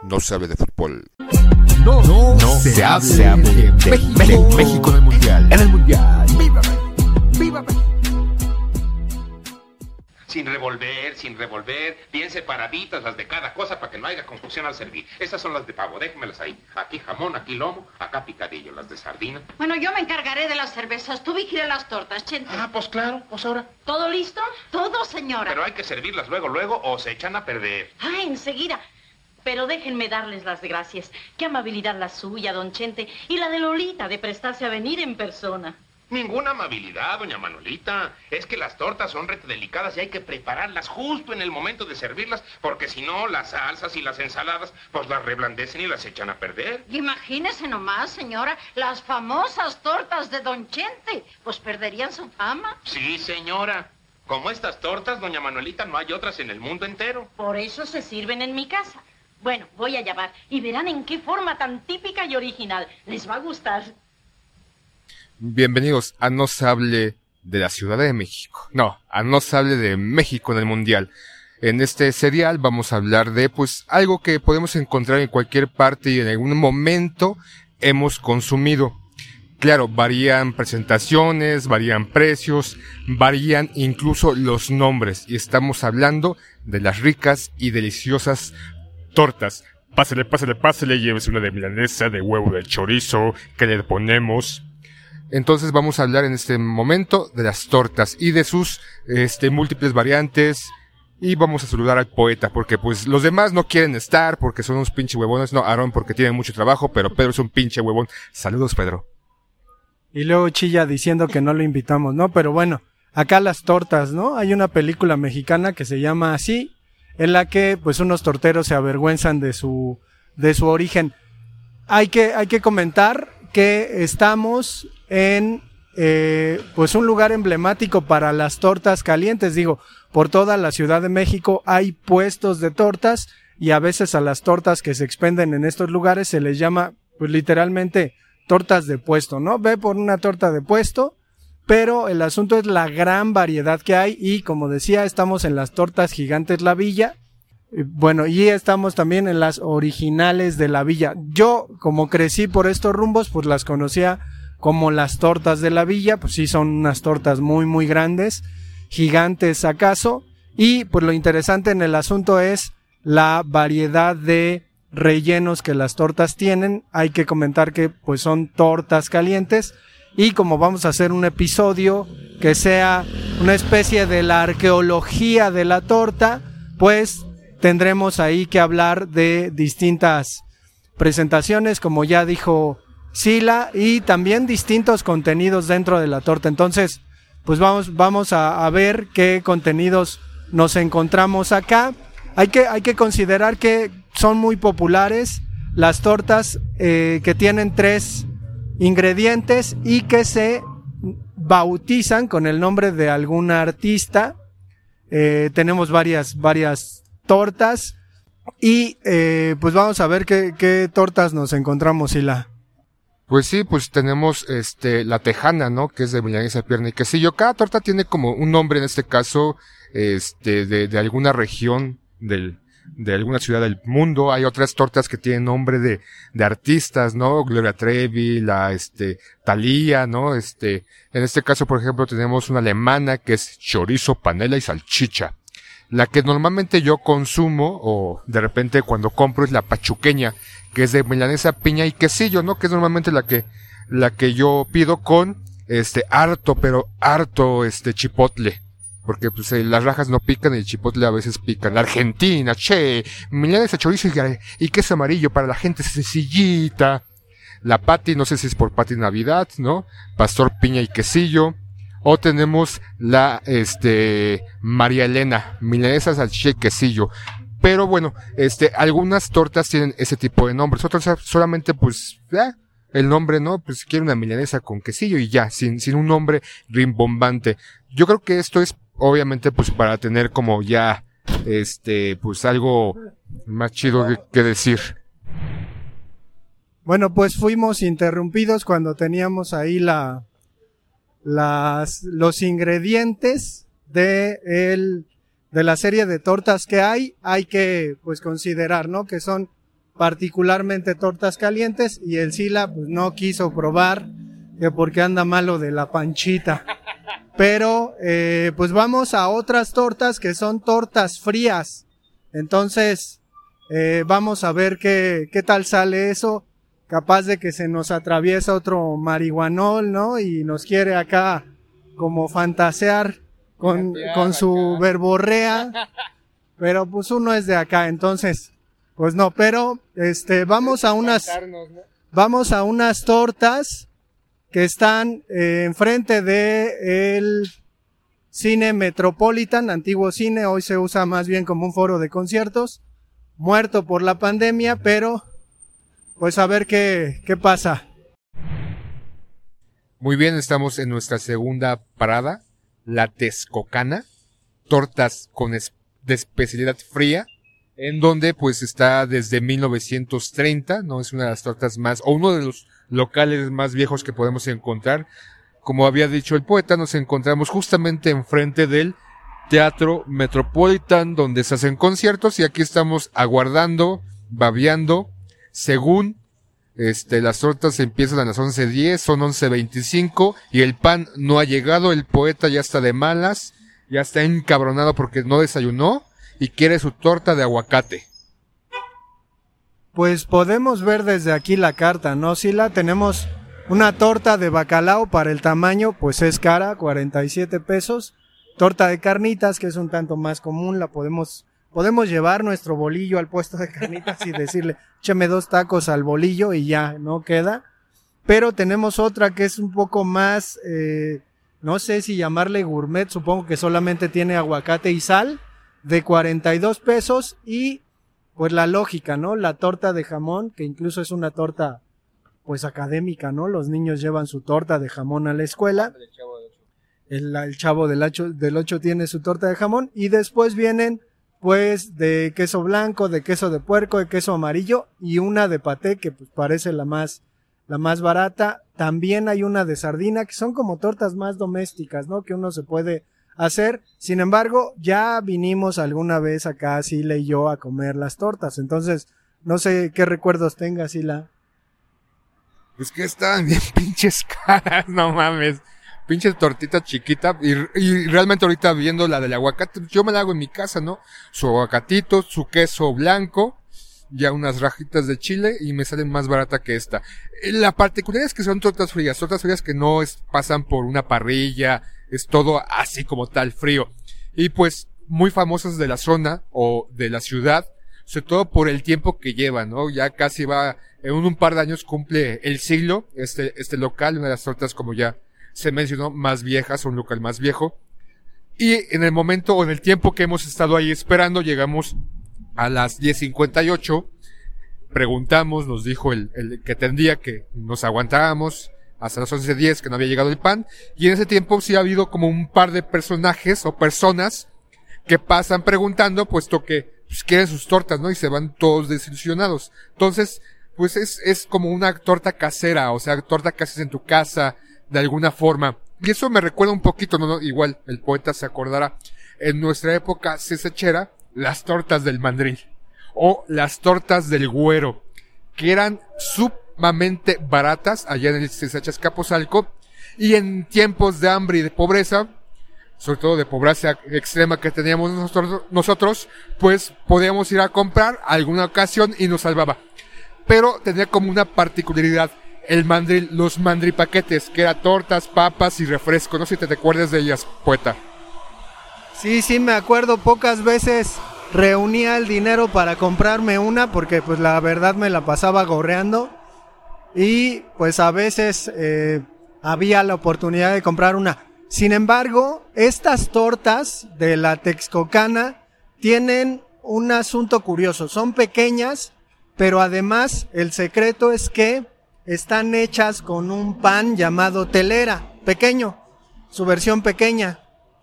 no se hable de fútbol. No se hable de México en el Mundial. En el Mundial. ¡Viva México! ¡Viva México! Sin revolver, bien separaditas las de cada cosa para que no haya confusión al servir. Estas son las de pavo, déjenmelas ahí. Aquí jamón, aquí lomo, acá picadillo, las de sardina. Bueno, yo me encargaré de las cervezas, tú vigila las tortas, Chente. Ah, pues claro, pues ahora. ¿Todo listo? Todo, señora. Pero hay que servirlas luego o se echan a perder. Ah, enseguida. Pero déjenme darles las gracias. Qué amabilidad la suya, don Chente, y la de Lolita de prestarse a venir en persona. Ninguna amabilidad, doña Manolita. Es que las tortas son rete delicadas y hay que prepararlas justo en el momento de servirlas, porque si no, las salsas y las ensaladas, pues las reblandecen y las echan a perder. Imagínese nomás, señora, las famosas tortas de don Chente, pues perderían su fama. Sí, señora. Como estas tortas, doña Manuelita, no hay otras en el mundo entero. Por eso se sirven en mi casa. Bueno, voy a llamar y verán en qué forma tan típica y original. Les va a gustar. Bienvenidos a No se hable de la Ciudad de México. No, a No se hable de México en el Mundial. En este serial vamos a hablar de, pues, algo que podemos encontrar en cualquier parte y en algún momento hemos consumido. Claro, varían presentaciones, varían precios, varían incluso los nombres. Y estamos hablando de las ricas y deliciosas tortas. Pásale, llévese una de milanesa, de huevo, de chorizo, que le ponemos. Entonces vamos a hablar en este momento de las tortas y de sus múltiples variantes. Y vamos a saludar al poeta, porque pues los demás no quieren estar, porque son unos pinche huevones. No, Aarón porque tiene mucho trabajo, pero Pedro es un pinche huevón. Saludos, Pedro. Y luego chilla diciendo que no lo invitamos, ¿no? Pero bueno, acá las tortas, ¿no? Hay una película mexicana que se llama así, en la que pues unos torteros se avergüenzan de su origen. Hay que comentar que estamos en pues un lugar emblemático para las tortas calientes. Digo, por toda la Ciudad de México hay puestos de tortas y a veces a las tortas que se expenden en estos lugares se les llama pues literalmente tortas de puesto, ¿no? Ve por una torta de puesto, pero el asunto es la gran variedad que hay y como decía, estamos en las tortas gigantes La Villa. Bueno, y estamos también en las originales de La Villa. Yo, como crecí por estos rumbos, pues las conocía como las tortas de La Villa, pues sí son unas tortas muy muy grandes, gigantes acaso, y pues lo interesante en el asunto es la variedad de rellenos que las tortas tienen. Hay que comentar que pues son tortas calientes y como vamos a hacer un episodio que sea una especie de la arqueología de la torta, pues tendremos ahí que hablar de distintas presentaciones, como ya dijo Sila, y también distintos contenidos dentro de la torta. Entonces, pues vamos a ver qué contenidos nos encontramos acá. Hay que considerar que son muy populares las tortas que tienen 3 ingredientes y que se bautizan con el nombre de algún artista. Tenemos varias tortas y pues vamos a ver qué tortas nos encontramos, Sila. Pues sí, pues tenemos la tejana, ¿no? Que es de milanesa, pierna y quesillo. Cada torta tiene como un nombre, en este caso, de alguna región de alguna ciudad del mundo. Hay otras tortas que tienen nombre de artistas, ¿no? Gloria Trevi, Thalía, ¿no? En este caso, por ejemplo, tenemos una alemana que es chorizo, panela y salchicha. La que normalmente yo consumo, o de repente cuando compro, es la pachuqueña, que es de milanesa, piña y quesillo, ¿no? Que es normalmente la que yo pido con, harto chipotle. Porque, pues, las rajas no pican y el chipotle a veces pican. La Argentina, milanesa, chorizo y queso amarillo para la gente sencillita. La Pati, no sé si es por Pati Navidad, ¿no? Pastor, piña y quesillo. O tenemos la, María Elena, milanesa, salchicha y quesillo. Pero bueno, algunas tortas tienen ese tipo de nombres. Otras solamente, pues, el nombre, ¿no? Pues quiero una milanesa con quesillo y ya, sin un nombre rimbombante. Yo creo que esto es, obviamente, pues, para tener como ya, pues, algo más chido que decir. Bueno, pues fuimos interrumpidos cuando teníamos ahí los ingredientes de la serie de tortas que hay que pues considerar, ¿no? Que son particularmente tortas calientes, y el Sila pues no quiso probar, que porque anda malo de la panchita. Pero pues vamos a otras tortas que son tortas frías. Entonces vamos a ver qué tal sale eso. Capaz de que se nos atraviesa otro marihuanol, ¿no? Y nos quiere acá como fantasear con su verborrea. Pero pues uno es de acá, entonces pues no. Pero vamos a unas tortas que están enfrente de el Cine Metropolitan, antiguo cine, hoy se usa más bien como un foro de conciertos, muerto por la pandemia, pero pues a ver qué pasa. Muy bien, estamos en nuestra segunda parada, la Texcocana, tortas de especialidad fría, en donde pues está desde 1930, ¿no? Es una de las tortas más, o uno de los locales más viejos que podemos encontrar. Como había dicho el poeta, nos encontramos justamente enfrente del Teatro Metropolitan, donde se hacen conciertos, y aquí estamos aguardando, babeando. Según las tortas empiezan a las 11:10, son 11:25 y el pan no ha llegado. El poeta ya está de malas, ya está encabronado porque no desayunó y quiere su torta de aguacate. Pues podemos ver desde aquí la carta, ¿no, Sila? Tenemos una torta de bacalao, para el tamaño pues es cara, 47 pesos. Torta de carnitas, que es un tanto más común, la podemos llevar nuestro bolillo al puesto de carnitas y decirle, écheme 2 tacos al bolillo y ya, no queda. Pero tenemos otra que es un poco más, no sé si llamarle gourmet, supongo que solamente tiene aguacate y sal, de 42 pesos, y pues la lógica, ¿no? La torta de jamón, que incluso es una torta pues académica, ¿no? Los niños llevan su torta de jamón a la escuela. El chavo del 8 tiene su torta de jamón, y después vienen pues de queso blanco, de queso de puerco, de queso amarillo, y una de paté, que pues parece la más barata. También hay una de sardina, que son como tortas más domésticas, ¿no? Que uno se puede hacer. Sin embargo, ya vinimos alguna vez acá, Sila y yo, a comer las tortas. Entonces, no sé qué recuerdos tenga, Sila. Pues que estaban bien pinches caras, no mames. Pinche tortita chiquita, y realmente ahorita viendo la del aguacate, yo me la hago en mi casa, ¿no? Su aguacatito, su queso blanco, ya unas rajitas de chile, y me sale más barata que esta. La particularidad es que son tortas frías que no pasan por una parrilla, es todo así como tal frío. Y pues muy famosas de la zona o de la ciudad, sobre todo por el tiempo que llevan, ¿no? Ya casi va, en un par de años cumple el siglo, este local, una de las tortas, como ya se mencionó, más viejas, un local más viejo. Y en el momento o en el tiempo que hemos estado ahí esperando, llegamos a las 10:58, preguntamos, nos dijo el que atendía que nos aguantábamos hasta las 11:10, que no había llegado el pan, y en ese tiempo sí ha habido como un par de personajes o personas que pasan preguntando, puesto que pues, quieren sus tortas, ¿no? Y se van todos desilusionados. Entonces, pues es como una torta casera, o sea, torta que haces en tu casa, de alguna forma. Y eso me recuerda un poquito, ¿no? Igual, el poeta se acordará, en nuestra época cesechera, las tortas del mandril, o las tortas del güero, que eran sumamente baratas allá en el CCH Azcapotzalco, y en tiempos de hambre y de pobreza, sobre todo de pobreza extrema que teníamos nosotros, pues podíamos ir a comprar alguna ocasión y nos salvaba. Pero tenía como una particularidad el mandril, los mandripaquetes, que era tortas, papas y refresco. No sé si te recuerdas de ellas, poeta. Sí, me acuerdo. Pocas veces reunía el dinero para comprarme una, porque pues la verdad me la pasaba gorreando, y pues a veces había la oportunidad de comprar una. Sin embargo, estas tortas de la Texcocana tienen un asunto curioso. Son pequeñas, pero además el secreto es que están hechas con un pan llamado telera, pequeño, su versión pequeña.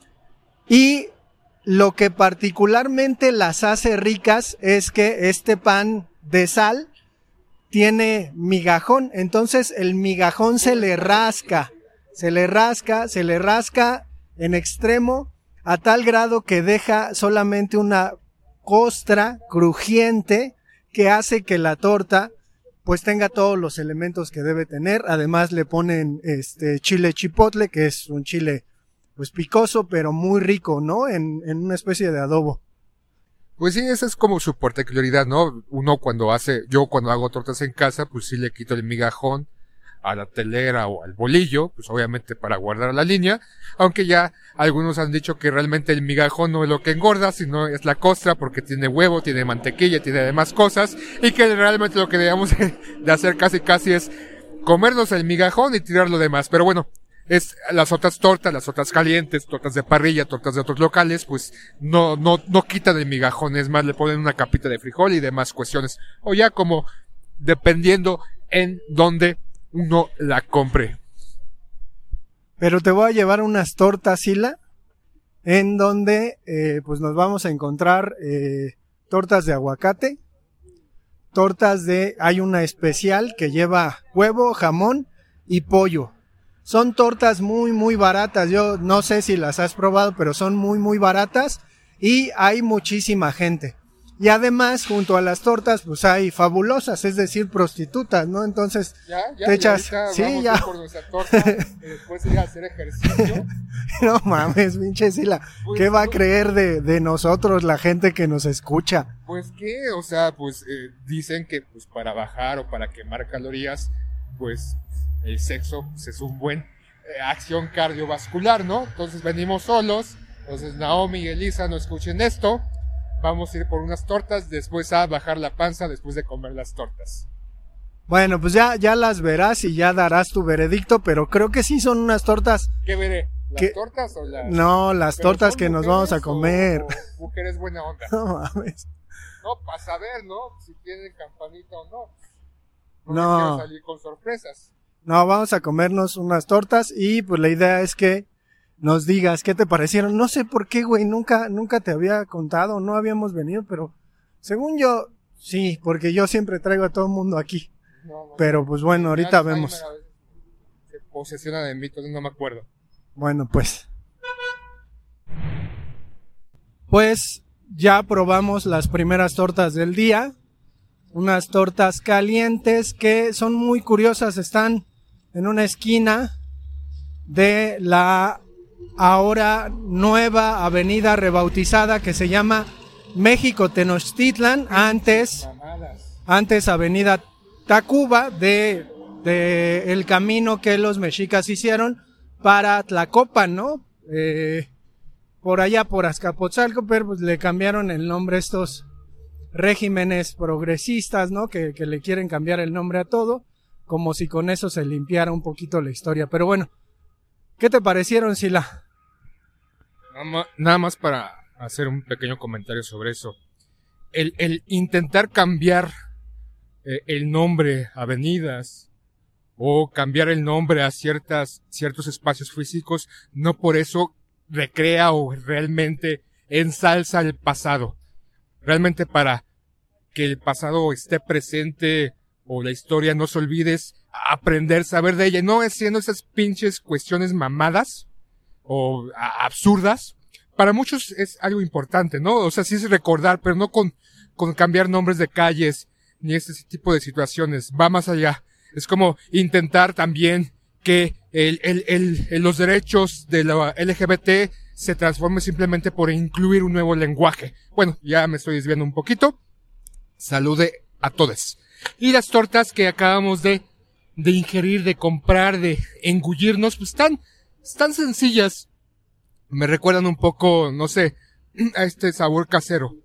Y lo que particularmente las hace ricas es que este pan de sal tiene migajón, entonces el migajón se le rasca en extremo, a tal grado que deja solamente una costra crujiente que hace que la torta pues tenga todos los elementos que debe tener. Además le ponen chile chipotle, que es un chile pues picoso, pero muy rico, ¿no? En una especie de adobo. Pues sí, esa es como su particularidad, ¿no? Yo cuando hago tortas en casa, pues sí le quito el migajón a la telera o al bolillo, pues obviamente para guardar la línea, aunque ya algunos han dicho que realmente el migajón no es lo que engorda, sino es la costra, porque tiene huevo, tiene mantequilla, tiene demás cosas, y que realmente lo que debemos de hacer casi es comernos el migajón y tirar lo demás. Pero bueno, es las otras tortas, las otras calientes, tortas de parrilla, tortas de otros locales, pues no quitan el migajón, es más, le ponen una capita de frijol y demás cuestiones, o ya como dependiendo en dónde uno la compre. Pero te voy a llevar unas tortas, Sila, en donde pues nos vamos a encontrar tortas de aguacate, hay una especial que lleva huevo, jamón y pollo. Son tortas muy, muy baratas. Yo no sé si las has probado, pero son muy, muy baratas y hay muchísima gente. Y además, junto a las tortas, pues hay fabulosas, es decir, prostitutas, ¿no? Entonces, te echas... Sí, ya. Por nuestra torta y después ir a hacer ejercicio. No mames, pinche Sila. Pues, ¿qué va a creer de nosotros la gente que nos escucha? Pues qué, o sea, pues dicen que pues para bajar o para quemar calorías, pues el sexo pues, es un buen acción cardiovascular, ¿no? Entonces venimos solos, entonces Naomi y Elisa no escuchen esto, vamos a ir por unas tortas, después a bajar la panza después de comer las tortas. Bueno, pues ya las verás y ya darás tu veredicto, pero creo que sí son unas tortas. ¿Qué veré? ¿Las tortas o las...? No, las tortas que nos vamos a comer. O mujeres buena onda. No mames. No, para saber, ¿no? Si tienen campanita o no. No. Quiero salir con sorpresas. No, vamos a comernos unas tortas y pues la idea es que nos digas qué te parecieron. No sé por qué, güey, nunca te había contado, no habíamos venido, pero según yo, sí, porque yo siempre traigo a todo el mundo aquí. No, pero pues bueno, ahorita vemos. Se posesiona de mí, no me acuerdo. Bueno, pues ya probamos las primeras tortas del día. Unas tortas calientes que son muy curiosas, están en una esquina de la ahora nueva avenida rebautizada que se llama México Tenochtitlan, antes avenida Tacuba, de el camino que los mexicas hicieron para Tlacopan, ¿no? Por allá por Azcapotzalco, pero pues le cambiaron el nombre a estos regímenes progresistas, ¿no? Que le quieren cambiar el nombre a todo, como si con eso se limpiara un poquito la historia. Pero bueno, ¿qué te parecieron, Sila? Nada más para hacer un pequeño comentario sobre eso. El intentar cambiar el nombre a avenidas o cambiar el nombre a ciertos espacios físicos, no por eso recrea o realmente ensalza el pasado. Realmente para que el pasado esté presente o la historia no se olvides, aprender, saber de ella, no haciendo esas pinches cuestiones mamadas o absurdas. Para muchos es algo importante, ¿no? O sea, sí es recordar, pero no con cambiar nombres de calles ni ese tipo de situaciones. Va más allá. Es como intentar también que los derechos de la LGBT se transforme simplemente por incluir un nuevo lenguaje. Bueno, ya me estoy desviando un poquito. Salude a todos. Y las tortas que acabamos de ingerir, de comprar, de engullirnos, pues están sencillas. Me recuerdan un poco, no sé, a este sabor casero.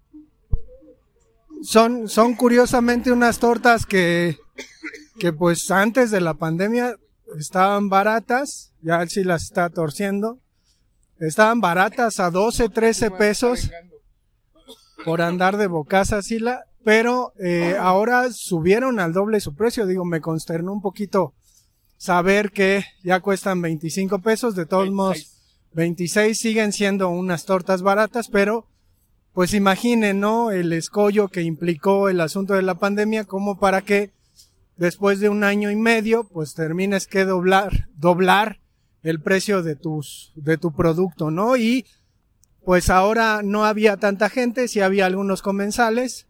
Son curiosamente unas tortas que pues antes de la pandemia estaban baratas, ya él sí las está torciendo. Estaban baratas a 12, 13 pesos por andar de bocaza, Sila, pero ahora subieron al doble su precio. Digo, me consternó un poquito saber que ya cuestan 25 pesos, de todos modos 26 siguen siendo unas tortas baratas, pero pues imaginen, ¿no? El escollo que implicó el asunto de la pandemia, como para que después de 1 año y medio, pues termines que doblar el precio de tu producto, ¿no? Y pues ahora no había tanta gente, sí había algunos comensales,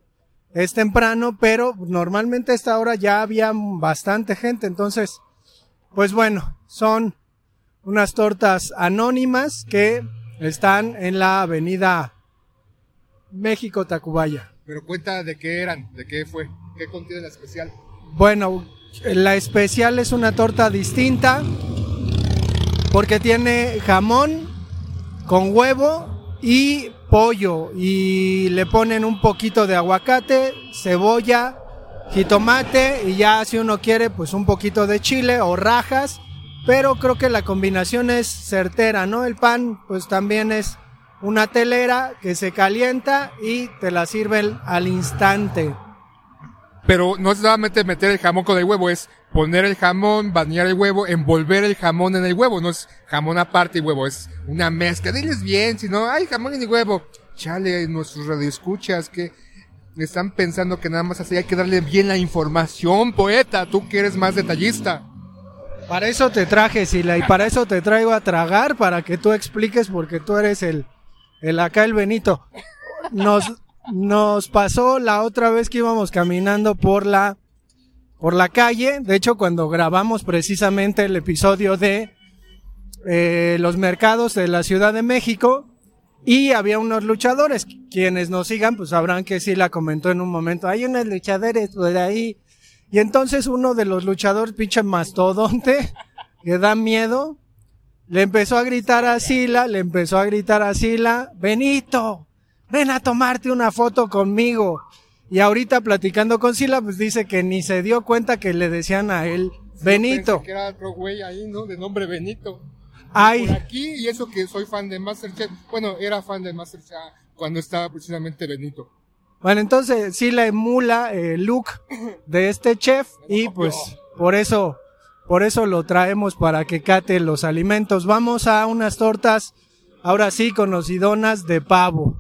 es temprano, pero normalmente a esta hora ya había bastante gente, entonces, pues bueno, son unas tortas anónimas que están en la avenida México Tacubaya. Pero cuenta de qué eran, de qué fue, qué contiene la especial. Bueno, la especial es una torta distinta porque tiene jamón con huevo y pollo y le ponen un poquito de aguacate, cebolla, jitomate y ya si uno quiere pues un poquito de chile o rajas, pero creo que la combinación es certera, ¿no? El pan pues también es una telera que se calienta y te la sirven al instante. Pero no es solamente meter el jamón con el huevo, es poner el jamón, bañar el huevo, envolver el jamón en el huevo, no es jamón aparte y huevo, es una mezcla. Diles bien, si no, hay jamón en el huevo. Chale, nuestros radioescuchas que están pensando que nada más así hay que darle bien la información, poeta, tú que eres más detallista. Para eso te traje, Sila, y para eso te traigo a tragar, para que tú expliques, porque tú eres el Benito. Nos pasó la otra vez que íbamos caminando por la calle, de hecho cuando grabamos precisamente el episodio de los mercados de la Ciudad de México, y había unos luchadores, quienes nos sigan pues sabrán que sí la comentó en un momento, hay unos luchadores por ahí, y entonces uno de los luchadores, pinche mastodonte, que da miedo, le empezó a gritar a Sila, Benito, ven a tomarte una foto conmigo. Y ahorita platicando con Sila, pues dice que ni se dio cuenta que le decían a él Benito. Pensé que era otro güey ahí, ¿no? De nombre Benito. Ay. Por aquí, y eso que soy fan de Masterchef. Bueno, era fan de Masterchef cuando estaba precisamente Benito. Bueno, entonces Sila emula el look de este chef y pues por eso lo traemos para que cate los alimentos. Vamos a unas tortas, ahora sí, conocidonas de pavo.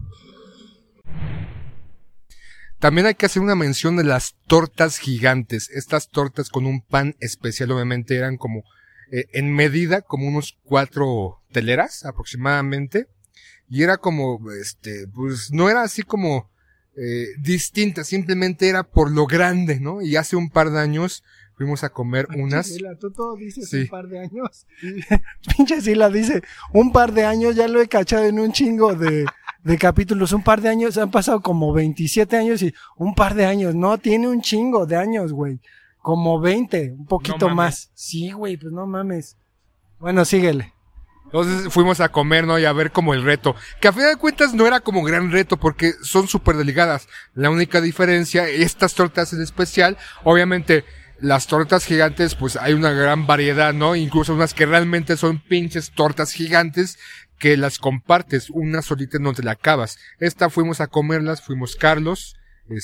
También hay que hacer una mención de las tortas gigantes. Estas tortas con un pan especial, obviamente, eran como, en medida, como unos 4 teleras aproximadamente. Y era como, pues no era así como distinta, simplemente era por lo grande, ¿no? Y hace un par de años fuimos a comer unas. Sila, tú todo dices sí. Un par de años. Pinche Sila dice, un par de años, ya lo he cachado en un chingo de capítulos, un par de años, han pasado como 27 años y un par de años, no, tiene un chingo de años, güey, como 20, un poquito más. Sí, güey, pues no mames. Bueno, síguele. Entonces fuimos a comer, ¿no? Y a ver como el reto, que a final de cuentas no era como gran reto porque son súper delgadas. La única diferencia, estas tortas en especial, obviamente las tortas gigantes, pues hay una gran variedad, ¿no? Incluso unas que realmente son pinches tortas gigantes que las compartes, una solita no te la acabas. Esta fuimos a comerlas, fuimos Carlos,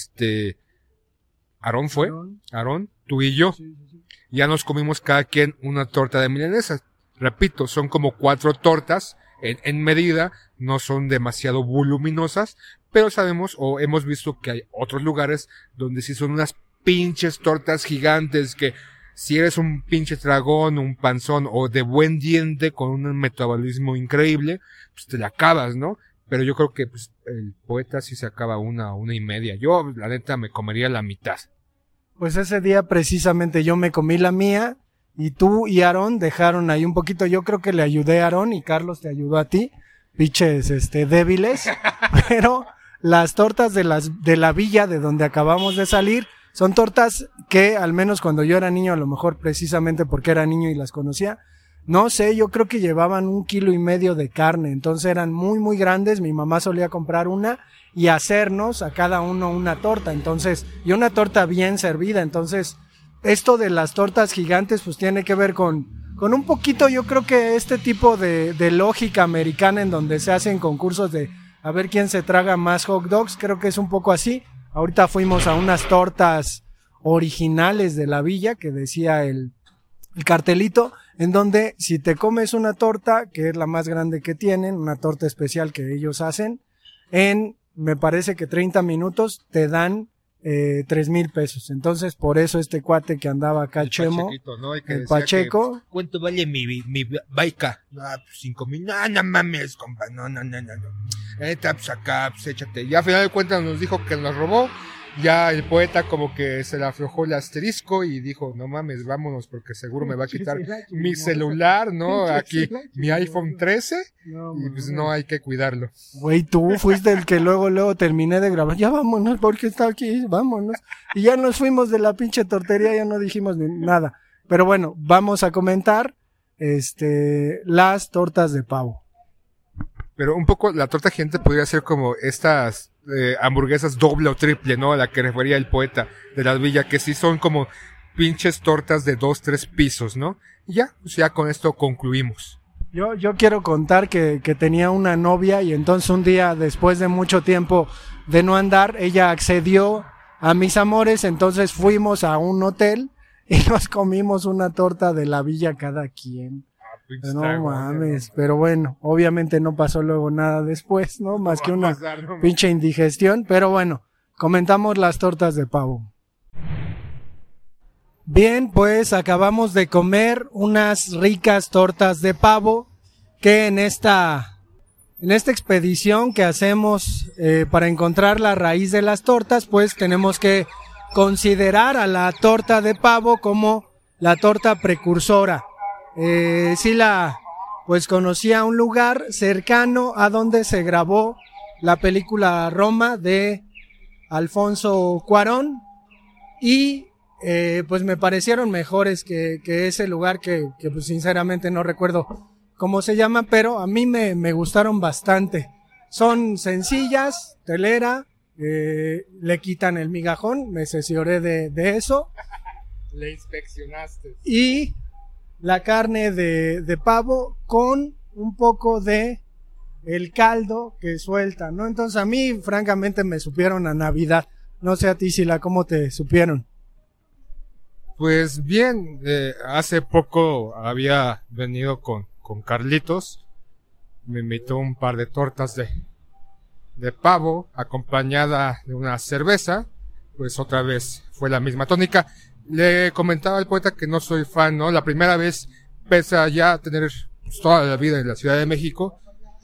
Aarón fue, Aarón, tú y yo. Sí. Ya nos comimos cada quien una torta de milanesa. Repito, son como 4 tortas en medida, no son demasiado voluminosas, pero sabemos o hemos visto que hay otros lugares donde sí son unas pinches tortas gigantes que si eres un pinche dragón, un panzón o de buen diente con un metabolismo increíble, pues te la acabas, ¿no? Pero yo creo que pues el poeta sí se acaba una y media. Yo, la neta, me comería la mitad. Pues ese día precisamente yo me comí la mía y tú y Aarón dejaron ahí un poquito. Yo creo que le ayudé a Aarón y Carlos te ayudó a ti, pinches débiles. Pero las tortas de la villa de donde acabamos de salir son tortas que, al menos cuando yo era niño, a lo mejor precisamente porque era niño y las conocía, no sé, yo creo que llevaban 1,5 kilos de carne, entonces eran muy, muy grandes. Mi mamá solía comprar una y hacernos a cada uno una torta, entonces, y una torta bien servida. Entonces, esto de las tortas gigantes, pues tiene que ver con un poquito, yo creo que este tipo de lógica americana en donde se hacen concursos de a ver quién se traga más hot dogs, creo que es un poco así. Ahorita fuimos a unas tortas originales de la villa que decía el cartelito, en donde si te comes una torta, que es la más grande que tienen, una torta especial que ellos hacen, me parece que 30 minutos te dan 3,000 pesos. Entonces, por eso este cuate que andaba acá, el Chemo, ¿no? el Pacheco. Que, ¿cuánto vale mi baica? 5,000. No mames, compa. No. Pues acá, pues échate. Ya al final de cuentas nos dijo que nos robó. Ya el poeta como que se le aflojó el asterisco y dijo, no mames, vámonos porque seguro me va a quitar mi celular, ¿no? Aquí mi iPhone 13 y pues no hay que cuidarlo. Güey, tú fuiste el que luego terminé de grabar. Ya vámonos, porque está aquí, vámonos. Y ya nos fuimos de la pinche tortería, ya no dijimos ni nada. Pero bueno, vamos a comentar las tortas de pavo. Pero un poco la torta gigante podría ser como estas hamburguesas doble o triple, ¿no? A la que refería el poeta de la villa, que sí son como pinches tortas de 2, 3 pisos, ¿no? Y ya, pues ya con esto concluimos. Yo quiero contar que tenía una novia y entonces un día, después de mucho tiempo de no andar, ella accedió a mis amores, entonces fuimos a un hotel y nos comimos una torta de la villa cada quien. No mames, pero bueno, obviamente no pasó luego nada después, ¿no? Más que una pinche indigestión, pero bueno, comentamos las tortas de pavo. Bien, pues acabamos de comer unas ricas tortas de pavo que en esta expedición que hacemos para encontrar la raíz de las tortas, pues tenemos que considerar a la torta de pavo como la torta precursora. Pues conocía un lugar cercano a donde se grabó la película Roma de Alfonso Cuarón y pues me parecieron mejores que ese lugar que pues sinceramente no recuerdo cómo se llama, pero a mí me gustaron bastante. Son sencillas, telera, le quitan el migajón, me cercioré de eso. Le inspeccionaste. Y la carne de pavo con un poco de el caldo que suelta, ¿no? Entonces a mí, francamente, me supieron a Navidad. No sé a ti, Sila, ¿cómo te supieron? Pues bien, hace poco había venido con Carlitos. Me invitó un par de tortas de pavo acompañada de una cerveza. Pues otra vez fue la misma tónica. Le comentaba al poeta que no soy fan, ¿no? La primera vez, pese a ya tener pues, toda la vida en la Ciudad de México,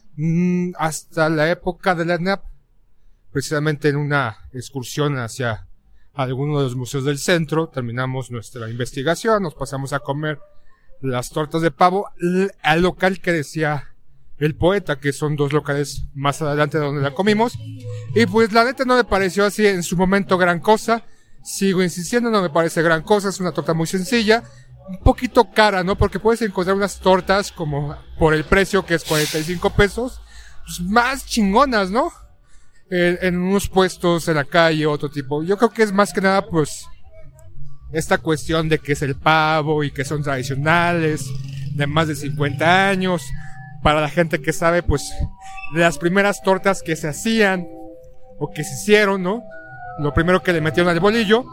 hasta la época de la ENAP, precisamente en una excursión hacia alguno de los museos del centro, terminamos nuestra investigación, nos pasamos a comer las tortas de pavo al local que decía el poeta, que son 2 locales más adelante de donde la comimos, y pues la neta no me pareció así en su momento gran cosa. Sigo insistiendo, no me parece gran cosa, es una torta muy sencilla, un poquito cara, ¿no? Porque puedes encontrar unas tortas como por el precio que es 45 pesos, pues más chingonas, ¿no? En unos puestos en la calle, otro tipo. Yo creo que es más que nada, pues, esta cuestión de que es el pavo y que son tradicionales, de más de 50 años, para la gente que sabe, pues, de las primeras tortas que se hacían o que se hicieron, ¿no? Lo primero que le metieron al bolillo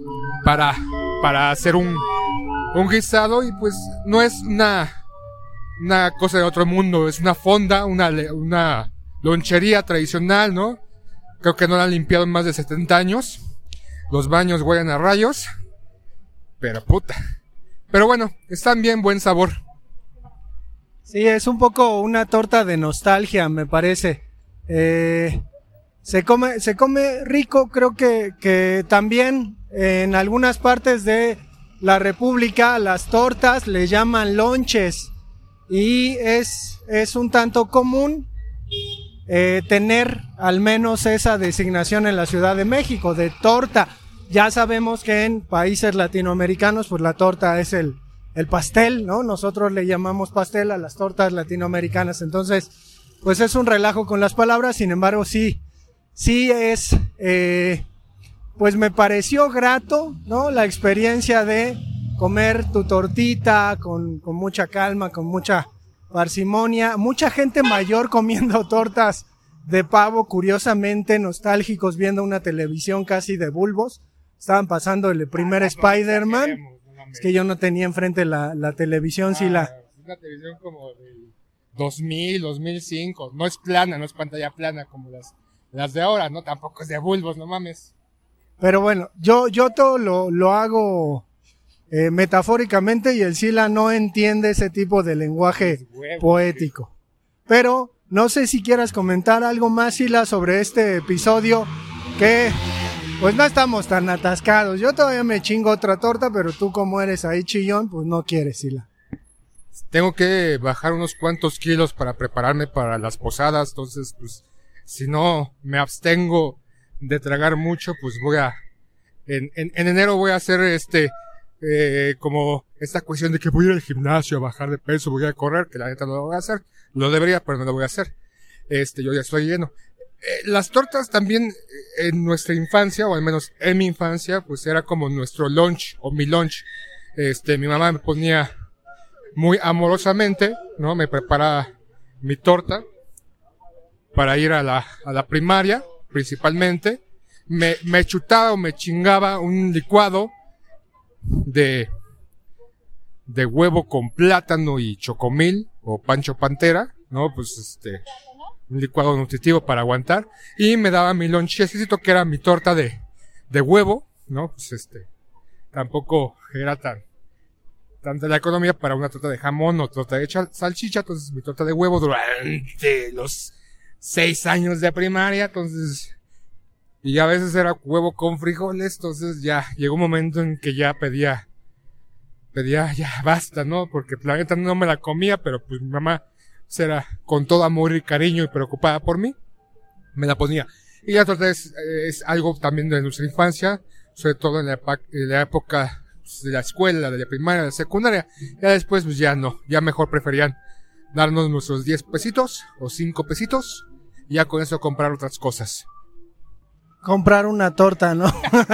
para hacer un guisado y pues no es una cosa de otro mundo, es una fonda, una lonchería tradicional, ¿no? Creo que no la han limpiado en más de 70 años. Los baños huelen a rayos. Pero puta. Pero bueno, están bien, buen sabor. Sí, es un poco una torta de nostalgia, me parece. Se come rico, creo que también en algunas partes de la República las tortas le llaman lonches y es un tanto común tener al menos esa designación en la Ciudad de México de torta. Ya sabemos que en países latinoamericanos pues la torta es el pastel, ¿no? Nosotros le llamamos pastel a las tortas latinoamericanas, entonces pues es un relajo con las palabras, sin embargo sí es, pues me pareció grato, ¿no? La experiencia de comer tu tortita con mucha calma, con mucha parsimonia, mucha gente mayor comiendo tortas de pavo, curiosamente nostálgicos, viendo una televisión casi de bulbos. Estaban pasando el primer Spider-Man. Es que yo no tenía enfrente la televisión, sí una televisión como del 2000, 2005, no es plana, no es pantalla plana como las de ahora, ¿no? Tampoco es de bulbos, no mames. Pero bueno, yo todo lo hago metafóricamente y el Sila no entiende ese tipo de lenguaje poético. Pero no sé si quieras comentar algo más, Sila, sobre este episodio que pues no estamos tan atascados. Yo todavía me chingo otra torta, pero tú como eres ahí chillón, pues no quieres, Sila. Tengo que bajar unos cuantos kilos para prepararme para las posadas, entonces pues si no me abstengo de tragar mucho, pues voy a en enero voy a hacer como esta cuestión de que voy a ir al gimnasio a bajar de peso, voy a correr, que la neta no lo voy a hacer, lo debería, pero no lo voy a hacer. Yo ya estoy lleno. Las tortas también en nuestra infancia, o al menos en mi infancia, pues era como nuestro lunch o mi lunch. Mi mamá me ponía muy amorosamente, ¿no? Me preparaba mi torta para ir a la primaria, principalmente. Me chutaba o me chingaba un licuado de huevo con plátano y chocomil o pancho pantera, ¿no? Pues un licuado nutritivo para aguantar, y me daba mi lonchecito que era mi torta de huevo, ¿no? Pues tampoco era tanta la economía para una torta de jamón o torta de salchicha, entonces mi torta de huevo durante los 6 años de primaria, entonces, y a veces era huevo con frijoles, entonces ya llegó un momento en que ya pedía ya basta, ¿no? Porque la neta no me la comía, pero pues mi mamá era con todo amor y cariño y preocupada por mí, me la ponía. Y la torta es algo también de nuestra infancia, sobre todo en la época de la escuela, de la primaria, de la secundaria. Ya después pues ya no, ya mejor preferían darnos nuestros 10 pesitos o 5 pesitos y ya con eso comprar otras cosas. Comprar una torta, ¿no?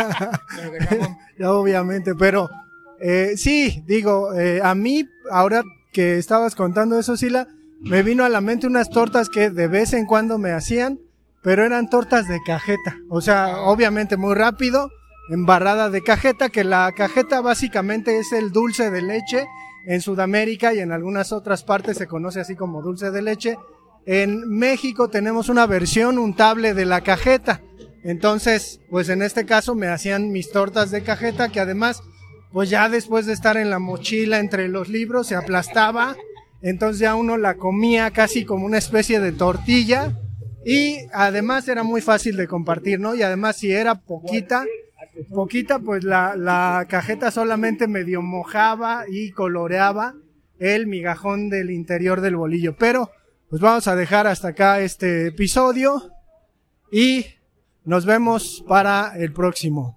Ya, obviamente, pero sí, digo, a mí, ahora que estabas contando eso, Sila, me vino a la mente unas tortas que de vez en cuando me hacían, pero eran tortas de cajeta. O sea, obviamente muy rápido, embarrada de cajeta, que la cajeta básicamente es el dulce de leche. En Sudamérica y en algunas otras partes se conoce así como dulce de leche. En México tenemos una versión untable de la cajeta. Entonces, pues en este caso me hacían mis tortas de cajeta, que además, pues ya después de estar en la mochila entre los libros, se aplastaba. Entonces ya uno la comía casi como una especie de tortilla, y además era muy fácil de compartir, ¿no? Y además si era poquita, pues la cajeta solamente medio mojaba y coloreaba el migajón del interior del bolillo. Pero pues vamos a dejar hasta acá este episodio y nos vemos para el próximo.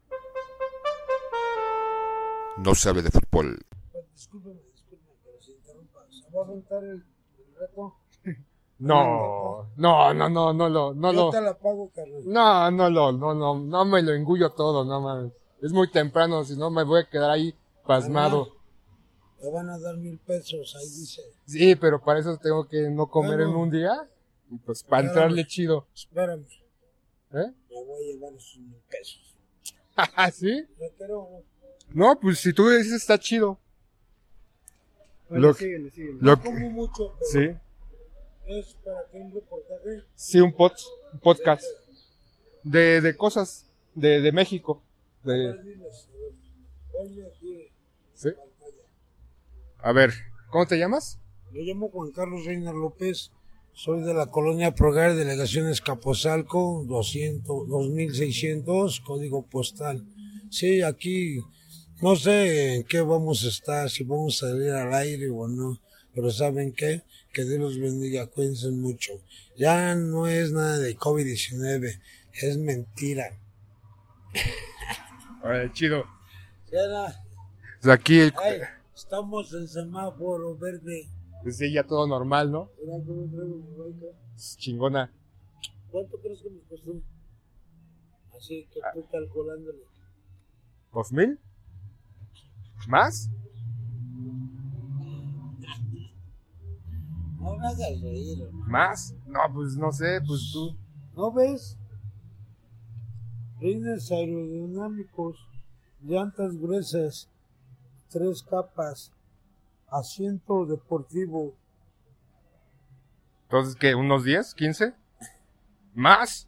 No se hable de fútbol. Discúlpeme que los interrumpa. ¿Se va a aventar el reto? No. Yo te la pago, carnal. No me lo engullo todo, no mames. Es muy temprano, si no me voy a quedar ahí pasmado. Te van a dar 1,000 pesos, ahí dice. Sí, pero para eso tengo que no comer en un día. Y pues para entrarle chido. Espérame. ¿Eh? Me voy a llevar esos 1,000 pesos. ¿Sí? ¿Ya quiero? No, pues si tú dices está chido. Bueno, síguele. No como mucho, pero Sí. es para que un reportaje. Sí, un podcast. De cosas de México. Oye, aquí. ¿Sí? A ver, ¿cómo te llamas? Me llamo Juan Carlos Reina López. Soy de la colonia Progar, delegación Escaposalco, 2600, código postal. Sí, aquí no sé en qué vamos a estar, si vamos a salir al aire o no, pero ¿saben qué? Que Dios los bendiga, cuídense mucho. Ya no es nada de COVID-19, es mentira. Órale, chido. Era, Aquí estamos en semáforo verde. pues sí, ya todo normal, ¿no? Mira cómo traigo mi baica. Chingona. ¿Cuánto crees que me costó? Así que tú calculándole. ¿2,000? ¿Más? No me hagas reír, hermano. ¿Más? No, pues no sé, pues tú. ¿No ves? Rines aerodinámicos, llantas gruesas, 3 capas, asiento deportivo. Entonces, ¿qué? ¿Unos 10? ¿15? ¿Más?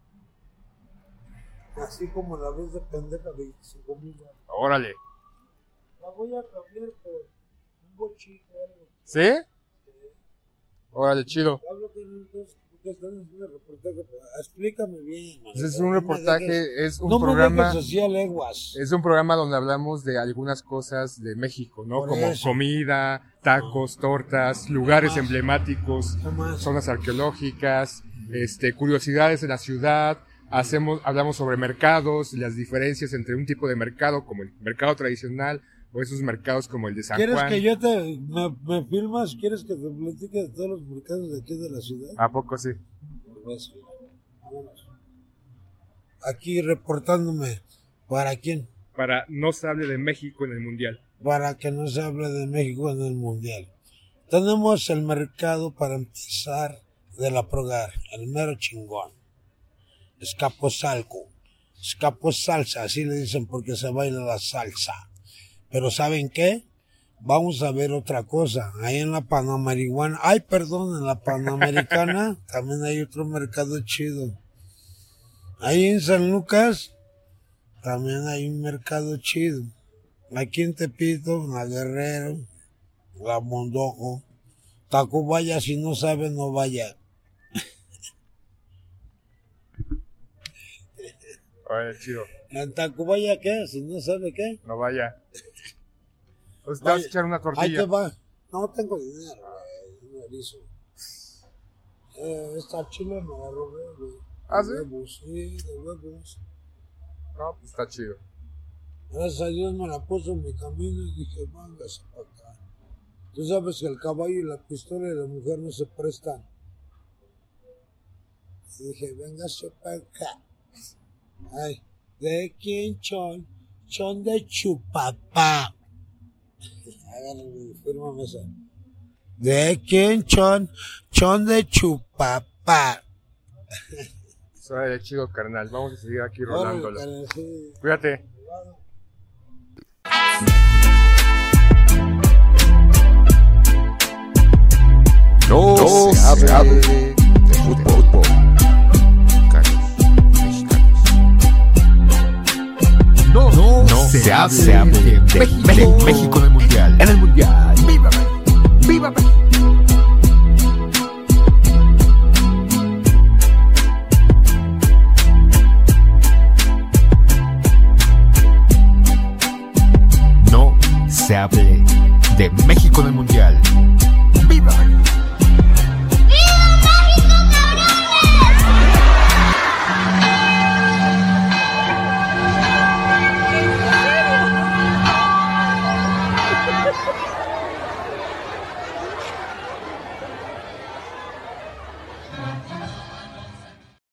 Así como la vez de pendeja, 25,000. Órale. La voy a cambiar por un bochito o algo. ¿Sí? Órale, chido. Hablo con el dos, ¿Qué están haciendo el reportaje? Explícame bien. Pues es un reportaje, es un no programa. me dejes así a leguas. Es un programa donde hablamos de algunas cosas de México, ¿no? Por Como eso. comida, tacos, tortas, lugares emblemáticos, ¿Qué más? zonas arqueológicas, curiosidades de la ciudad. Hablamos sobre mercados, las diferencias entre un tipo de mercado como el mercado tradicional o esos mercados como el de San ¿Quieres Juan. que yo me filmas? ¿Quieres que te platique de todos los mercados de aquí de la ciudad? ¿A poco sí? Pues, vámonos. Aquí reportándome. ¿Para quién? Para no se hable de México en el Mundial. Para que no se hable de México en el Mundial. Tenemos el mercado para empezar de la Progar, el mero chingón. Escaposalco. Escaposalsa, así le dicen porque se baila la salsa. Pero ¿saben qué? Vamos a ver otra cosa. Ahí en la Panamericana, en la Panamericana también hay otro mercado chido. Ahí en San Lucas también hay un mercado chido. Aquí en Tepito, La Guerrero, La Mondojo, Tacubaya, si no sabe, no vaya. Oye, chido. ¿En Tacubaya qué? Si no sabe qué. No vaya. Pues te vas a echar una Ahí tortilla. te va. No tengo dinero, güey. Un erizo. Esta chile me la robé, güey. ¿Ah, sí? De huevos, sí, de huevos. No, pues está chido. Gracias a Dios me la puso en mi camino y dije, vángase para acá. Tú sabes que el caballo y la pistola y la mujer no se prestan. Y dije, véngase para acá. Ay, ¿de quién chon? Chon de Chupapá. A ver, fírmame esa. ¿De quién chon? Chon de Chupapá. Suave, chido, carnal. Vamos a seguir aquí rolándolo. Órale, sí. Cuídate. No se hable de fútbol. No se hable de México en el Mundial. En el Mundial. ¡Viva México! ¡Viva México! No se hable de México en el Mundial.